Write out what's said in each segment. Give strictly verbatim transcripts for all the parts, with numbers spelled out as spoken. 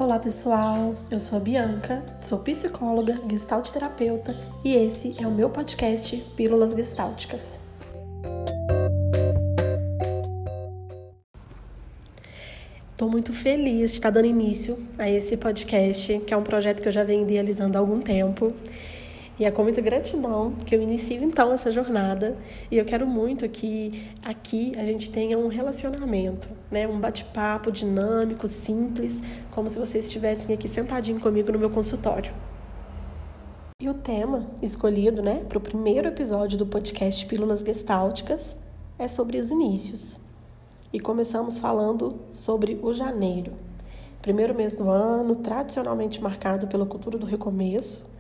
Olá pessoal, eu sou a Bianca, sou psicóloga, gestalt terapeuta e esse é o meu podcast Pílulas Gestálticas. Estou muito feliz de estar dando início a esse podcast, que é um projeto que eu já venho idealizando há algum tempo. E é com muita gratidão que eu inicio então essa jornada. E eu quero muito que aqui a gente tenha um relacionamento, né? Um bate-papo dinâmico, simples, como se vocês estivessem aqui sentadinho comigo no meu consultório. E o tema escolhido, né, para o primeiro episódio do podcast Pílulas Gestálticas é sobre os inícios. E começamos falando sobre o janeiro. Primeiro mês do ano, tradicionalmente marcado pela cultura do recomeço,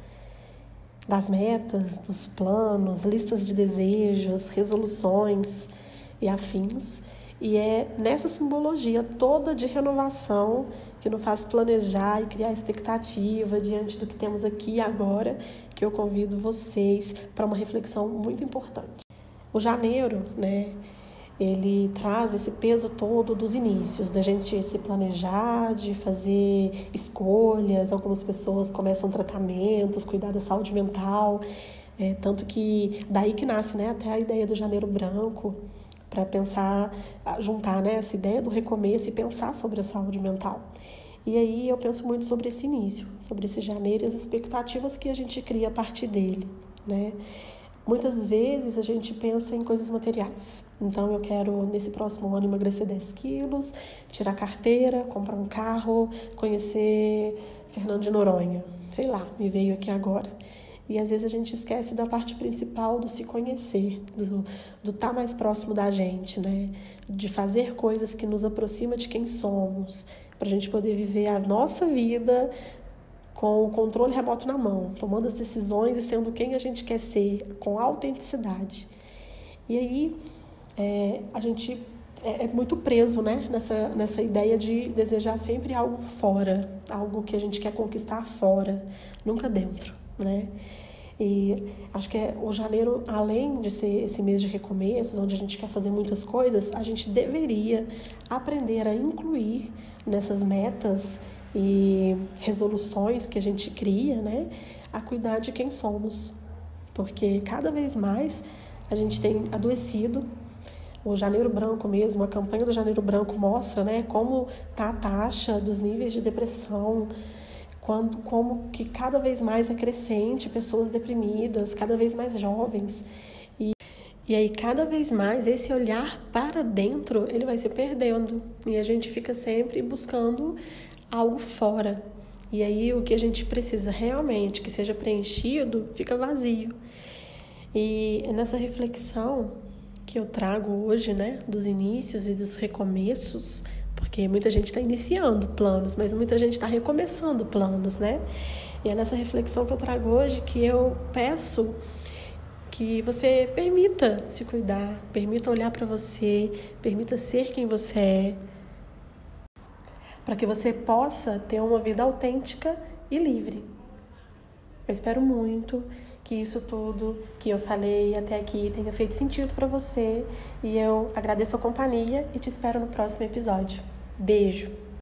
das metas, dos planos, listas de desejos, resoluções e afins. E é nessa simbologia toda de renovação que nos faz planejar e criar expectativa diante do que temos aqui e agora, que eu convido vocês para uma reflexão muito importante. O janeiro, né, ele traz esse peso todo dos inícios, da gente se planejar, de fazer escolhas. Algumas pessoas começam tratamentos, cuidar da saúde mental, é, tanto que daí que nasce, né, até a ideia do janeiro branco, para pensar, juntar, né, essa ideia do recomeço e pensar sobre a saúde mental. E aí eu penso muito sobre esse início, sobre esse janeiro e as expectativas que a gente cria a partir dele, né? Muitas vezes a gente pensa em coisas materiais. Então eu quero, nesse próximo ano, emagrecer dez quilos, tirar carteira, comprar um carro, conhecer Fernando de Noronha. Sei lá, me veio aqui agora. E às vezes a gente esquece da parte principal do se conhecer, do do estar mais próximo da gente, né? De fazer coisas que nos aproximam de quem somos, para a gente poder viver a nossa vida com o controle remoto na mão, tomando as decisões e sendo quem a gente quer ser, com autenticidade. E aí, é, a gente é, é muito preso, né, nessa, nessa ideia de desejar sempre algo fora, algo que a gente quer conquistar fora, nunca dentro, né? E acho que é, o janeiro, além de ser esse mês de recomeços, onde a gente quer fazer muitas coisas, a gente deveria aprender a incluir nessas metas e resoluções que a gente cria, né, a cuidar de quem somos, porque cada vez mais a gente tem adoecido. O Janeiro Branco mesmo, a campanha do Janeiro Branco mostra, né, como está a taxa dos níveis de depressão, quando, como que cada vez mais é crescente, pessoas deprimidas, cada vez mais jovens. E, e aí, cada vez mais, esse olhar para dentro, ele vai se perdendo. E a gente fica sempre buscando algo fora. E aí o que a gente precisa realmente que seja preenchido fica vazio. E é nessa reflexão que eu trago hoje, né, dos inícios e dos recomeços, porque muita gente está iniciando planos, mas muita gente está recomeçando planos, né? E é nessa reflexão que eu trago hoje que eu peço que você permita se cuidar, permita olhar para você, permita ser quem você é, para que você possa ter uma vida autêntica e livre. Eu espero muito que isso tudo que eu falei até aqui tenha feito sentido para você e eu agradeço a companhia e te espero no próximo episódio. Beijo!